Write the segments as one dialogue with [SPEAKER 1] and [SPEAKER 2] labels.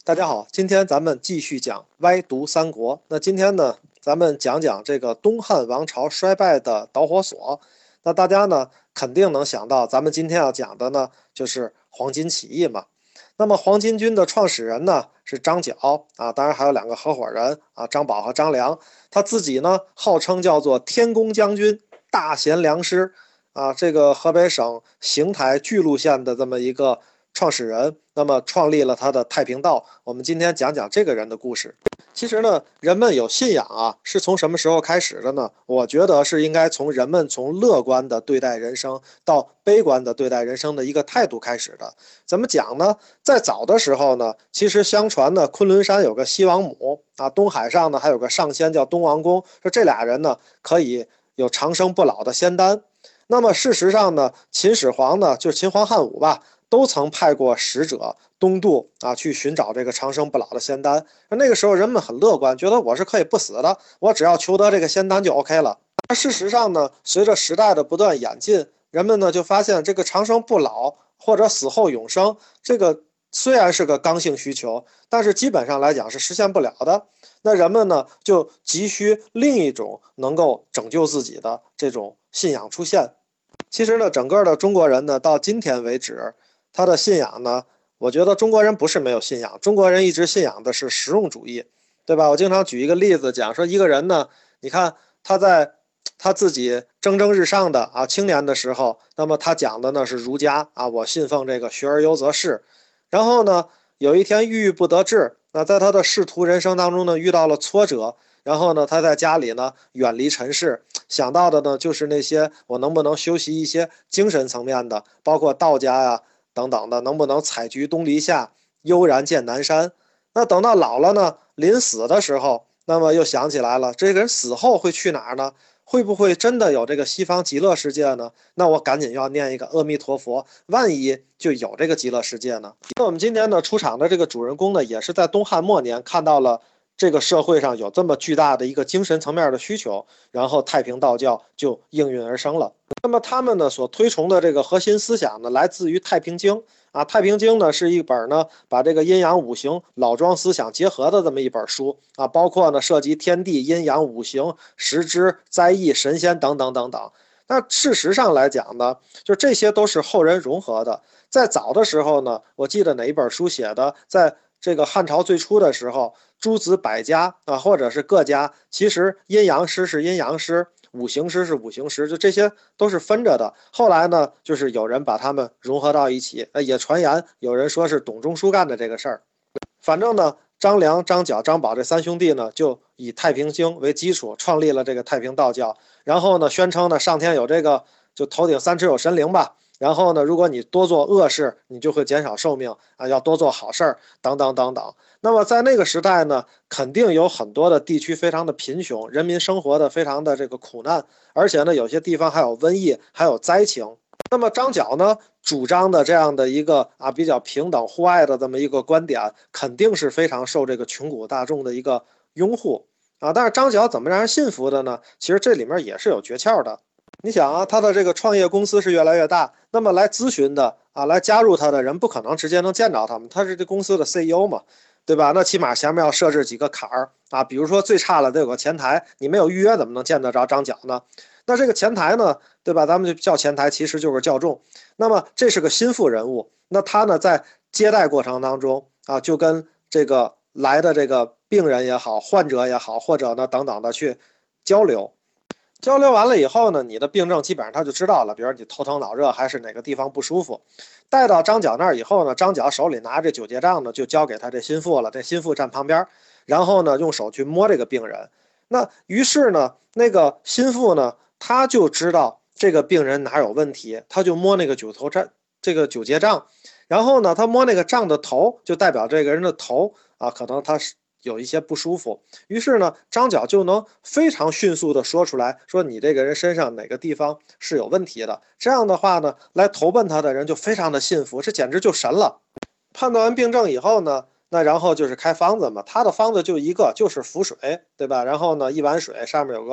[SPEAKER 1] 大家好，今天咱们继续讲歪读三国。那今天呢，咱们讲讲这个东汉王朝衰败的导火索。那大家呢，肯定能想到，咱们今天要讲的呢，就是黄巾起义嘛。那么黄巾军的创始人呢是张角啊，当然还有两个合伙人啊，张宝和张良。他自己呢号称叫做天公将军、大贤良师啊，这个河北省邢台巨鹿县的这么一个创始人，那么创立了他的太平道。我们今天讲讲这个人的故事。其实呢，人们有信仰啊，是从什么时候开始的呢？我觉得是应该从人们从乐观的对待人生到悲观的对待人生的一个态度开始的。怎么讲呢？在早的时候呢，其实相传呢，昆仑山有个西王母啊，东海上呢还有个上仙叫东王公，说这俩人呢可以有长生不老的仙丹。那么事实上呢，秦始皇呢，就是秦皇汉武吧，都曾派过使者东渡啊，去寻找这个长生不老的仙丹。那个时候人们很乐观，觉得我是可以不死的，我只要求得这个仙丹就 OK 了。而事实上呢，随着时代的不断演进，人们呢就发现这个长生不老或者死后永生，这个虽然是个刚性需求，但是基本上来讲是实现不了的。那人们呢就急需另一种能够拯救自己的这种信仰出现。其实呢，整个的中国人呢，到今天为止，他的信仰呢，我觉得中国人不是没有信仰，中国人一直信仰的是实用主义，对吧？我经常举一个例子讲说，一个人呢，你看他在他自己蒸蒸日上的啊青年的时候，那么他讲的呢是儒家啊，我信奉这个学而优则仕。然后呢，有一天郁郁不得志，那在他的仕途人生当中呢，遇到了挫折。然后呢，他在家里呢远离尘世，想到的呢就是那些我能不能修习一些精神层面的，包括道家呀等等的，能不能采菊东篱下，悠然见南山。那等到老了呢，临死的时候，那么又想起来了，这个人死后会去哪儿呢？会不会真的有这个西方极乐世界呢？那我赶紧要念一个阿弥陀佛，万一就有这个极乐世界呢？那我们今天呢出场的这个主人公呢，也是在东汉末年看到了这个社会上有这么巨大的一个精神层面的需求，然后太平道教就应运而生了。那么他们呢所推崇的这个核心思想呢，来自于《太平经》啊，《太平经》呢是一本呢把这个阴阳五行老庄思想结合的这么一本书啊，包括呢涉及天地、阴阳、五行、时支、灾异、神仙等等等等。那事实上来讲呢，就这些都是后人融合的。在早的时候呢，我记得哪一本书写的，在这个汉朝最初的时候，诸子百家啊，或者是各家，其实阴阳师是阴阳师，五行师是五行师，就这些都是分着的。后来呢，就是有人把它们融合到一起，也传言有人说是董仲舒干的这个事儿。反正呢，张良、张角、张宝这三兄弟呢，就以《太平经》为基础，创立了这个太平道教。然后呢，宣称呢，上天有这个，就头顶三尺有神灵吧。然后呢，如果你多做恶事，你就会减少寿命啊，要多做好事儿，等等等等。那么在那个时代呢，肯定有很多的地区非常的贫穷，人民生活的非常的这个苦难，而且呢，有些地方还有瘟疫，还有灾情。那么张角呢，主张的这样的一个啊比较平等互爱的这么一个观点，肯定是非常受这个穷苦大众的一个拥护啊。但是张角怎么让人信服的呢？其实这里面也是有诀窍的。你想啊，他的这个创业公司是越来越大，那么来咨询的啊，来加入他的人不可能直接能见着他们，他是这公司的 CEO 嘛，对吧？那起码前面要设置几个坎儿啊，比如说最差了得有个前台，你没有预约怎么能见得着张角呢？那这个前台呢，对吧？咱们就叫前台，其实就是教众。那么这是个心腹人物，那他呢在接待过程当中啊，就跟这个来的这个病人也好，患者也好，或者呢等等的去交流。交流完了以后呢，你的病症基本上他就知道了，比如你头疼脑热还是哪个地方不舒服。带到张角那儿以后呢，张角手里拿着九节杖呢，就交给他这心腹了。这心腹站旁边，然后呢用手去摸这个病人。那于是呢，那个心腹呢，他就知道这个病人哪有问题，他就摸那个九节杖，然后呢，他摸那个杖的头，就代表这个人的头啊，可能他是有一些不舒服。于是呢，张角就能非常迅速的说出来，说你这个人身上哪个地方是有问题的。这样的话呢，来投奔他的人就非常的信服，这简直就神了。判断完病症以后呢，那然后就是开方子嘛，他的方子就一个，就是符水，对吧？然后呢，一碗水上面有个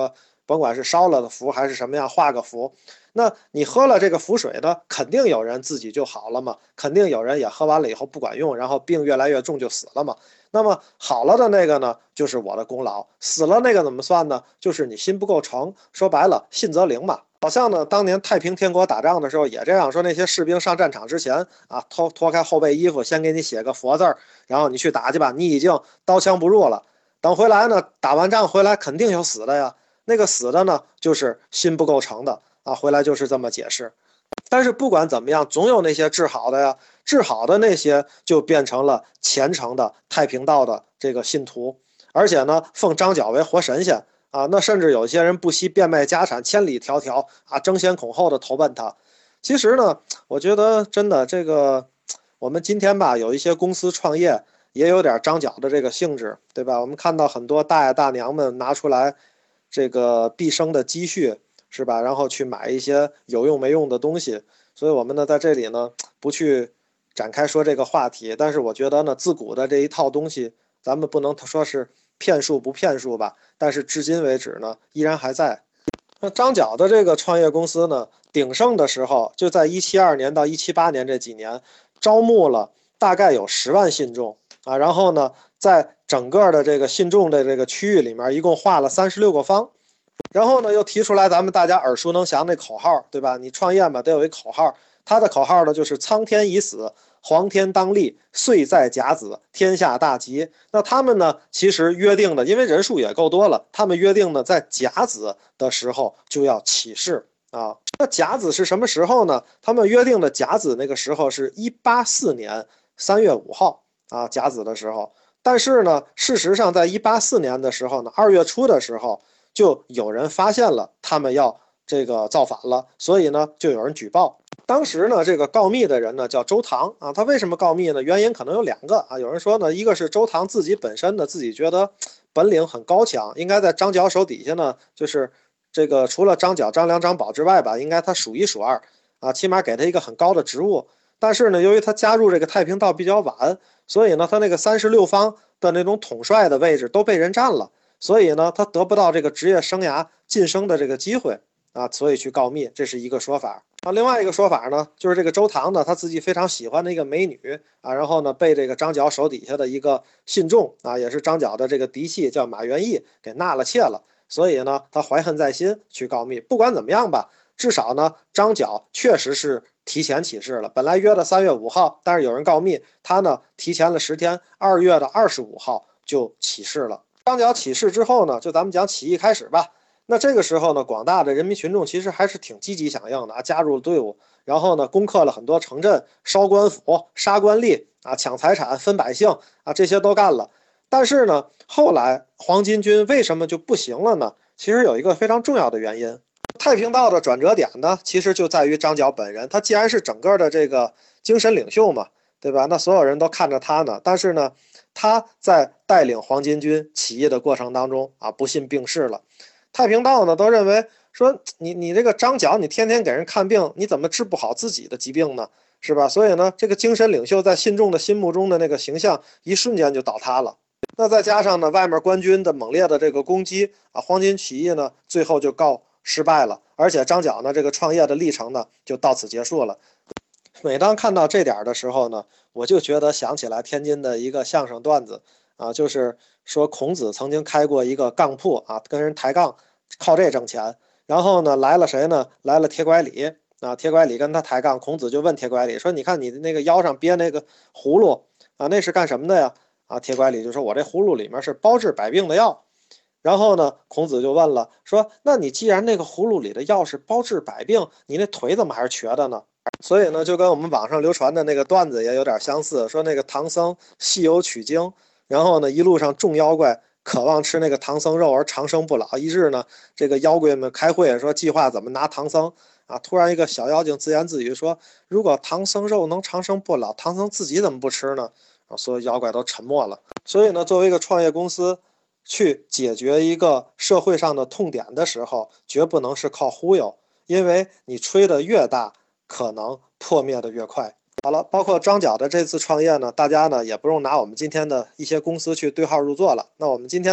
[SPEAKER 1] 甭管是烧了的符还是什么样，画个符。那你喝了这个符水呢，肯定有人自己就好了嘛，肯定有人也喝完了以后不管用，然后病越来越重就死了嘛。那么好了的那个呢，就是我的功劳；死了那个怎么算呢？就是你心不够诚。说白了，信则灵嘛。好像呢，当年太平天国打仗的时候也这样说，那些士兵上战场之前啊，脱开后背衣服，先给你写个佛字儿，然后你去打去吧，你已经刀枪不入了。等回来呢，打完仗回来肯定有死的呀，那个死的呢，就是心不够诚的啊，回来就是这么解释。但是不管怎么样，总有那些治好的呀，治好的那些就变成了虔诚的太平道的这个信徒，而且呢，奉张角为活神仙啊，那甚至有些人不惜变卖家产，千里迢迢啊，争先恐后的投奔他。其实呢，我觉得真的这个，我们今天吧，有一些公司创业也有点张角的这个性质，对吧？我们看到很多大爷大娘们拿出来这个毕生的积蓄，是吧？然后去买一些有用没用的东西。所以我们呢，在这里呢，不去展开说这个话题。但是我觉得呢，自古的这一套东西，咱们不能说是骗术不骗术吧，但是至今为止呢，依然还在。那张角的这个创业公司呢，鼎盛的时候就在172年到178年这几年，招募了大概有10万信众啊，然后呢，在整个的这个信众的这个区域里面，一共画了36个方，然后呢，又提出来咱们大家耳熟能详的口号，对吧？你创业嘛，得有一口号，他的口号呢就是苍天已死，黄天当立，岁在甲子，天下大吉。那他们呢，其实约定的，因为人数也够多了，他们约定呢，在甲子的时候就要起事啊。那甲子是什么时候呢？他们约定的甲子那个时候是184年3月5号啊，甲子的时候。但是呢，事实上在184年的时候呢，2月初的时候，就有人发现了他们要这个造反了，所以呢，就有人举报。当时呢，这个告密的人呢叫周唐啊，他为什么告密呢？原因可能有2个啊。有人说呢，一个是周唐自己本身呢自己觉得本领很高强，应该在张角手底下呢，就是这个除了张角、张良、张宝之外吧，应该他数1数2啊，起码给他一个很高的职务。但是呢，由于他加入这个太平道比较晚，所以呢，他那个36方的那种统帅的位置都被人占了，所以呢，他得不到这个职业生涯晋升的这个机会啊，所以去告密，这是一个说法。啊，另外一个说法呢，就是这个周唐呢，他自己非常喜欢的一个美女啊，然后呢，被这个张角手底下的一个信众啊，也是张角的这个嫡系，叫马元义，给纳了妾了，所以呢，他怀恨在心去告密。不管怎么样吧，至少呢，张角确实是提前起事了，本来约的3月5号，但是有人告密，他呢提前了10天，2月的25号就起事了。张角起事之后呢，就咱们讲起义开始吧。那这个时候呢，广大的人民群众其实还是挺积极响应的啊，加入了队伍，然后呢，攻克了很多城镇，烧官府、杀官吏啊，抢财产、分百姓啊，这些都干了。但是呢，后来黄巾军为什么就不行了呢？其实有一个非常重要的原因，太平道的转折点呢，其实就在于张角本人。他既然是整个的这个精神领袖嘛，对吧？那所有人都看着他呢。但是呢，他在带领黄巾军起义的过程当中啊，不幸病逝了。太平道呢都认为说你这个张角，你天天给人看病，你怎么治不好自己的疾病呢？是吧？所以呢，这个精神领袖在信众的心目中的那个形象，一瞬间就倒塌了。那再加上呢，外面官军的猛烈的这个攻击啊，黄巾起义呢，最后就告失败了。而且张角呢，这个创业的历程呢，就到此结束了。每当看到这点的时候呢，我就觉得想起来天津的一个相声段子啊，就是说孔子曾经开过一个杠铺啊，跟人抬杠，靠这挣钱。然后呢，来了谁呢？来了铁拐李啊，铁拐李跟他抬杠，孔子就问铁拐李说：“你看你的那个腰上别那个葫芦啊，那是干什么的呀？”啊，铁拐李就说：“我这葫芦里面是包治百病的药。”然后呢，孔子就问了，说：“那你既然那个葫芦里的药是包治百病，你那腿怎么还是瘸的呢？”所以呢，就跟我们网上流传的那个段子也有点相似，说那个唐僧西游取经，然后呢，一路上众妖怪渴望吃那个唐僧肉而长生不老。一日呢，这个妖怪们开会说计划怎么拿唐僧啊。突然一个小妖精自言自语说：“如果唐僧肉能长生不老，唐僧自己怎么不吃呢？”啊，所有妖怪都沉默了。所以呢，作为一个创业公司，去解决一个社会上的痛点的时候，绝不能是靠忽悠，因为你吹得越大，可能破灭的越快。好了，包括张角的这次创业呢，大家呢也不用拿我们今天的一些公司去对号入座了。那我们今天呢，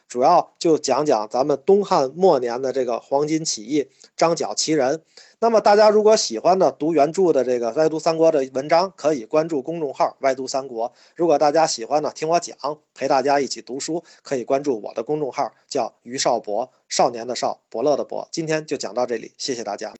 [SPEAKER 1] 主要就讲讲咱们东汉末年的这个黄巾起义、张角奇人。那么大家如果喜欢呢读原著的这个歪读三国的文章，可以关注公众号歪读三国。如果大家喜欢呢听我讲，陪大家一起读书，可以关注我的公众号，叫于少博，少年的少，伯乐的伯。今天就讲到这里，谢谢大家。